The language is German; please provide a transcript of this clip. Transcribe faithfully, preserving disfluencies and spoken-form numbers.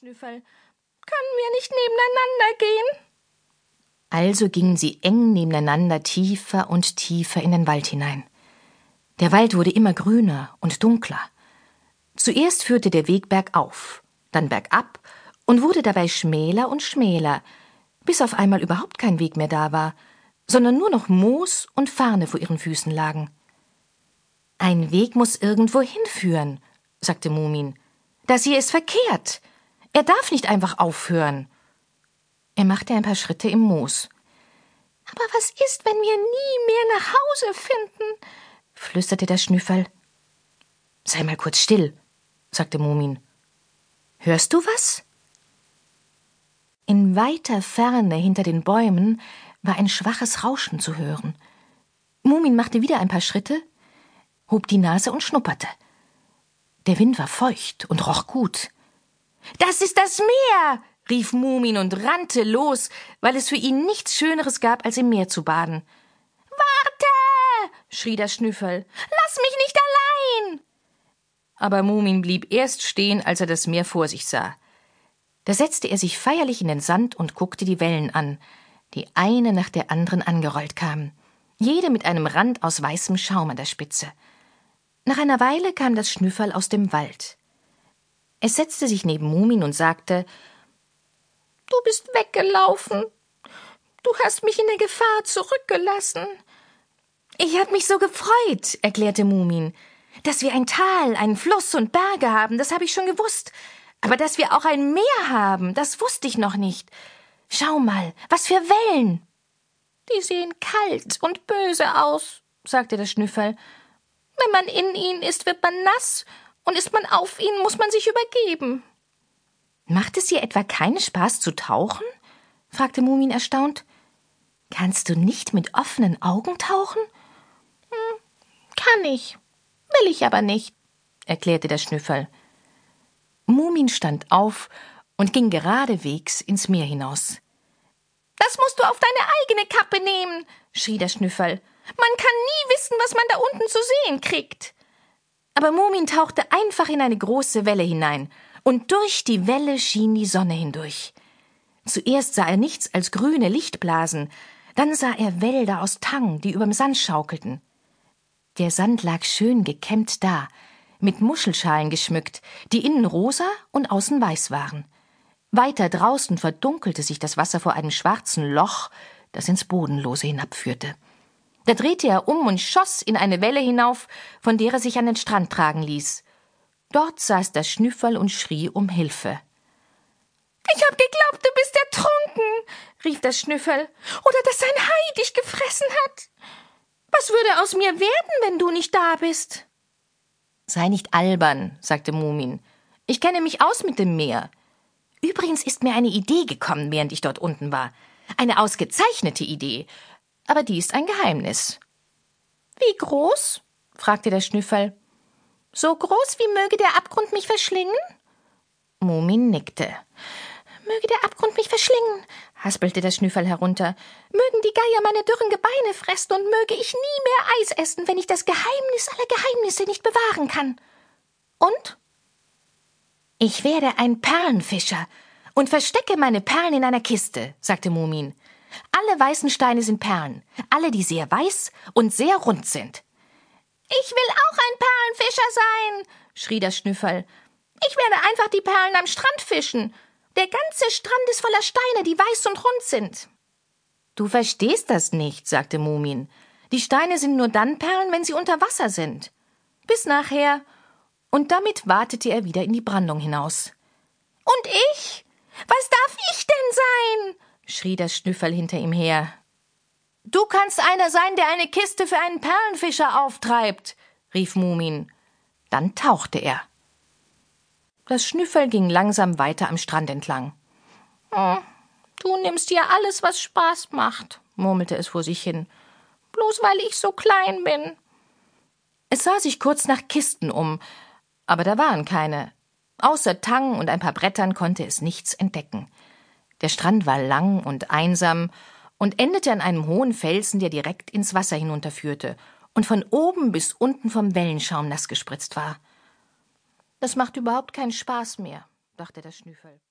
Schnüffel. »Können wir nicht nebeneinander gehen?« Also gingen sie eng nebeneinander tiefer und tiefer in den Wald hinein. Der Wald wurde immer grüner und dunkler. Zuerst führte der Weg bergauf, dann bergab und wurde dabei schmäler und schmäler, bis auf einmal überhaupt kein Weg mehr da war, sondern nur noch Moos und Farne vor ihren Füßen lagen. »Ein Weg muss irgendwo hinführen«, sagte Mumin. »Das hier ist verkehrt. Er darf nicht einfach aufhören.« Er machte ein paar Schritte im Moos. »Aber was ist, wenn wir nie mehr nach Hause finden?«, flüsterte der Schnüffel. »Sei mal kurz still«, sagte Mumin. »Hörst du was?« In weiter Ferne hinter den Bäumen war ein schwaches Rauschen zu hören. Mumin machte wieder ein paar Schritte, hob die Nase und schnupperte. Der Wind war feucht und roch gut. »Das ist das Meer«, rief Mumin und rannte los, weil es für ihn nichts Schöneres gab, als im Meer zu baden. »Warte«, schrie der Schnüffel, »lass mich nicht allein!« Aber Mumin blieb erst stehen, als er das Meer vor sich sah. Da setzte er sich feierlich in den Sand und guckte die Wellen an, die eine nach der anderen angerollt kamen, jede mit einem Rand aus weißem Schaum an der Spitze. Nach einer Weile kam das Schnüfferl aus dem Wald. Es setzte sich neben Mumin und sagte: »Du bist weggelaufen. Du hast mich in der Gefahr zurückgelassen.« »Ich hab mich so gefreut«, erklärte Mumin. »Dass wir ein Tal, einen Fluss und Berge haben, das habe ich schon gewusst. Aber dass wir auch ein Meer haben, das wusste ich noch nicht. Schau mal, was für Wellen!« »Die sehen kalt und böse aus«, sagte der Schnüffel. »Wenn man in ihnen ist, wird man nass, und ist man auf ihnen, muss man sich übergeben.« »Macht es dir etwa keinen Spaß zu tauchen?« fragte Mumin erstaunt. »Kannst du nicht mit offenen Augen tauchen?« »Hm, kann ich, will ich aber nicht«, erklärte der Schnüffel. Mumin stand auf und ging geradewegs ins Meer hinaus. »Das musst du auf deine eigene Kappe nehmen«, schrie der Schnüffel. »Man kann nie wissen, was man da unten zu sehen kriegt.« Aber Mumin tauchte einfach in eine große Welle hinein, und durch die Welle schien die Sonne hindurch. Zuerst sah er nichts als grüne Lichtblasen, dann sah er Wälder aus Tang, die überm Sand schaukelten. Der Sand lag schön gekämmt da, mit Muschelschalen geschmückt, die innen rosa und außen weiß waren. Weiter draußen verdunkelte sich das Wasser vor einem schwarzen Loch, das ins Bodenlose hinabführte. Da drehte er um und schoss in eine Welle hinauf, von der er sich an den Strand tragen ließ. Dort saß das Schnüffel und schrie um Hilfe. »Ich hab geglaubt, du bist ertrunken«, rief das Schnüffel, »oder dass ein Hai dich gefressen hat. Was würde aus mir werden, wenn du nicht da bist?« »Sei nicht albern«, sagte Mumin. »Ich kenne mich aus mit dem Meer. Übrigens ist mir eine Idee gekommen, während ich dort unten war. Eine ausgezeichnete Idee. Aber die ist ein Geheimnis.« »Wie groß?«, fragte der Schnüffel. »So groß, wie möge der Abgrund mich verschlingen?« Mumin nickte. »Möge der Abgrund mich verschlingen«, haspelte der Schnüffel herunter. »Mögen die Geier meine dürren Gebeine fressen und möge ich nie mehr Eis essen, wenn ich das Geheimnis aller Geheimnisse nicht bewahren kann. Und?« »Ich werde ein Perlenfischer und verstecke meine Perlen in einer Kiste«, sagte Mumin. »Alle weißen Steine sind Perlen, alle, die sehr weiß und sehr rund sind.« »Ich will auch ein Perlenfischer sein«, schrie der Schnüffel. »Ich werde einfach die Perlen am Strand fischen. Der ganze Strand ist voller Steine, die weiß und rund sind.« »Du verstehst das nicht«, sagte Mumin. »Die Steine sind nur dann Perlen, wenn sie unter Wasser sind. Bis nachher.« Und damit watete er wieder in die Brandung hinaus. »Und ich? Was darf ich denn sein?« schrie das Schnüffel hinter ihm her. »Du kannst einer sein, der eine Kiste für einen Perlenfischer auftreibt«, rief Mumin. Dann tauchte er. Das Schnüffel ging langsam weiter am Strand entlang. »Oh, du nimmst dir alles, was Spaß macht«, murmelte es vor sich hin. »Bloß weil ich so klein bin.« Es sah sich kurz nach Kisten um, aber da waren keine. Außer Tang und ein paar Brettern konnte es nichts entdecken. Der Strand war lang und einsam und endete an einem hohen Felsen, der direkt ins Wasser hinunterführte und von oben bis unten vom Wellenschaum nass gespritzt war. »Das macht überhaupt keinen Spaß mehr«, dachte der Schnüffel.